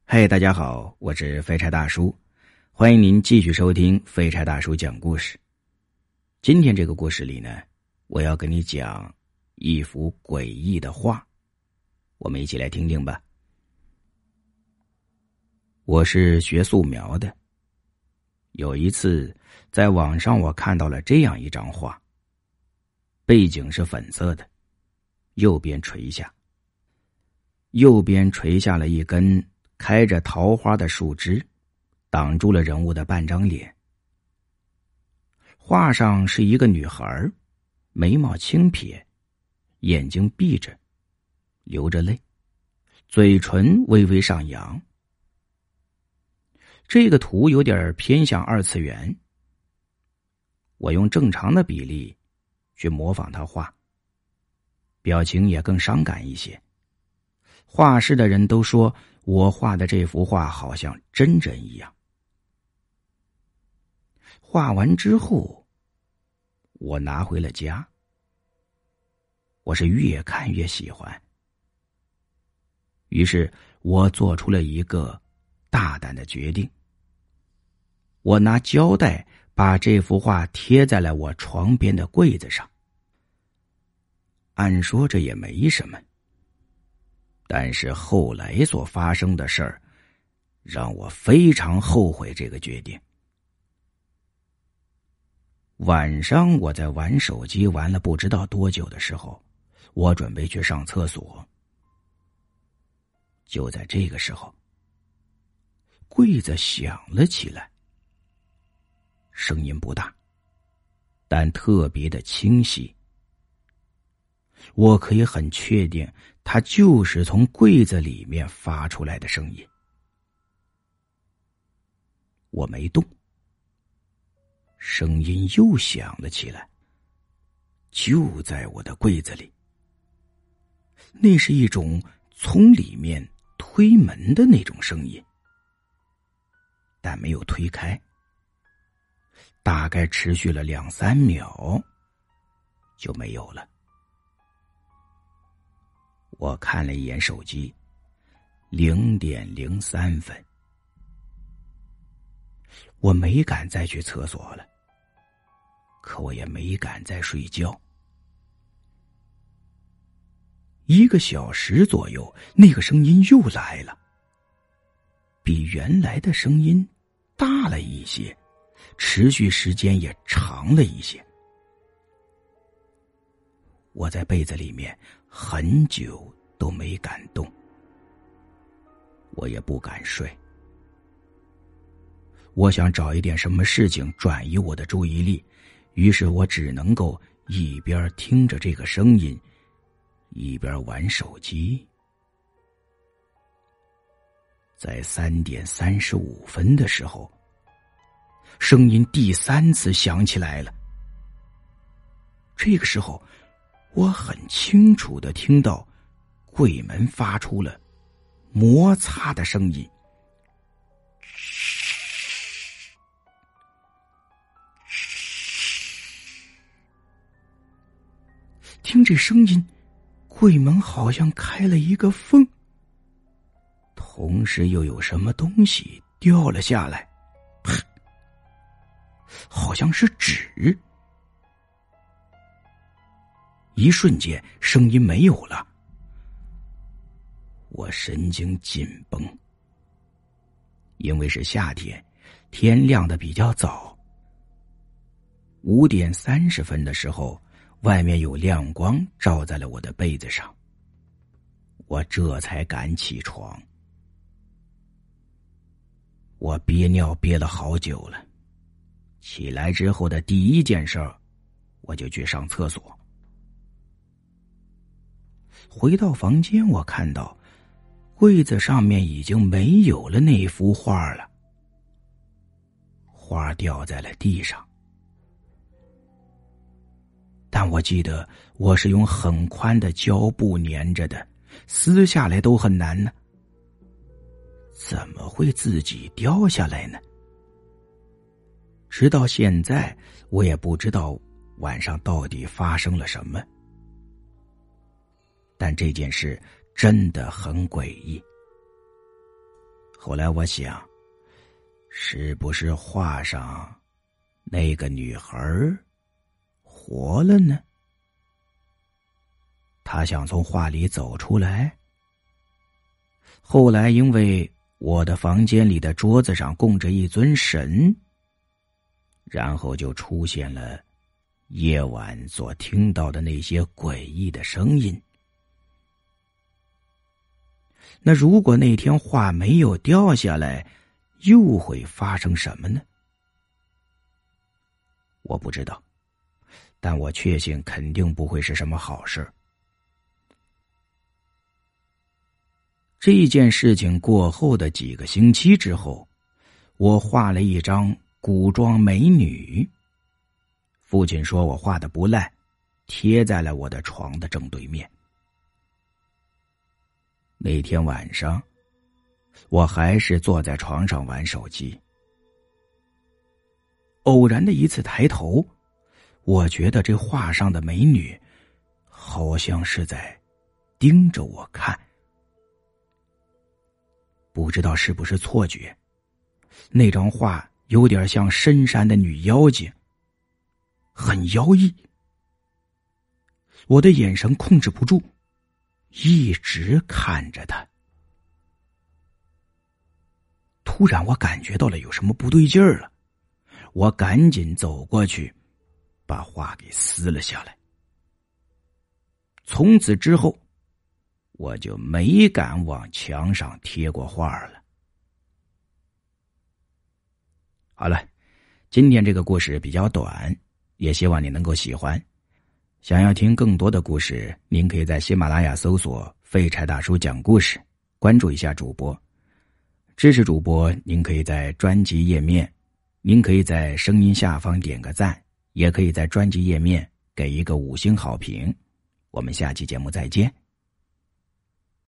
嘿，大家好，我是废柴大叔，欢迎您继续收听废柴大叔讲故事。今天这个故事里呢，我要跟你讲一幅诡异的画，我们一起来听听吧。我是学素描的，有一次在网上我看到了这样一张画，背景是粉色的，右边垂下了一根开着桃花的树枝，挡住了人物的半张脸。画上是一个女孩，眉毛轻撇，眼睛闭着，流着泪，嘴唇微微上扬。这个图有点偏向二次元，我用正常的比例去模仿她画，表情也更伤感一些。画室的人都说我画的这幅画好像真人一样。画完之后，我拿回了家。我是越看越喜欢，于是我做出了一个大胆的决定。我拿胶带把这幅画贴在了我床边的柜子上。按说这也没什么，但是后来所发生的事儿让我非常后悔这个决定。晚上我在玩手机玩了不知道多久的时候，我准备去上厕所。就在这个时候，柜子响了起来，声音不大，但特别的清晰。我可以很确定它就是从柜子里面发出来的声音。我没动，声音又响了起来，就在我的柜子里。那是一种从里面推门的那种声音，但没有推开，大概持续了2-3秒就没有了。我看了一眼手机，0:03。我没敢再去厕所了，可我也没敢再睡觉。1个小时左右，那个声音又来了，比原来的声音大了一些，持续时间也长了一些。我在被子里面很久都没敢动，我也不敢睡。我想找一点什么事情转移我的注意力，于是我只能够一边听着这个声音，一边玩手机。在3:35的时候，声音第3次响起来了。这个时候我很清楚地听到柜门发出了摩擦的声音，听这声音，柜门好像开了一个缝，同时又有什么东西掉了下来，啪，好像是纸。一瞬间声音没有了，我神经紧绷。因为是夏天，天亮得比较早。5:30的时候，外面有亮光照在了我的被子上，我这才敢起床。我憋尿憋了好久了，起来之后的第一件事我就去上厕所。回到房间，我看到柜子上面已经没有了那幅画了，画掉在了地上。但我记得我是用很宽的胶布粘着的，撕下来都很难呢。怎么会自己掉下来呢？直到现在，我也不知道晚上到底发生了什么。但这件事真的很诡异。 后来我想，是不是画上那个女孩活了呢？她想从画里走出来。后来因为我的房间里的桌子上供着一尊神，然后就出现了夜晚所听到的那些诡异的声音。那如果那天画没有掉下来，又会发生什么呢？我不知道，但我确信肯定不会是什么好事。这件事情过后的几个星期之后，我画了一张古装美女。父亲说我画的不赖，贴在了我的床的正对面。那天晚上，我还是坐在床上玩手机。偶然的一次抬头，我觉得这画上的美女好像是在盯着我看。不知道是不是错觉，那张画有点像深山的女妖精，很妖异。我的眼神控制不住，一直看着她。突然我感觉到了有什么不对劲儿了，我赶紧走过去，把画给撕了下来。从此之后，我就没敢往墙上贴过画了。好了，今天这个故事比较短，也希望你能够喜欢。想要听更多的故事，您可以在喜马拉雅搜索废柴大叔讲故事，关注一下主播。支持主播，您可以在专辑页面，您可以在声音下方点个赞，也可以在专辑页面给一个5星好评。我们下期节目再见。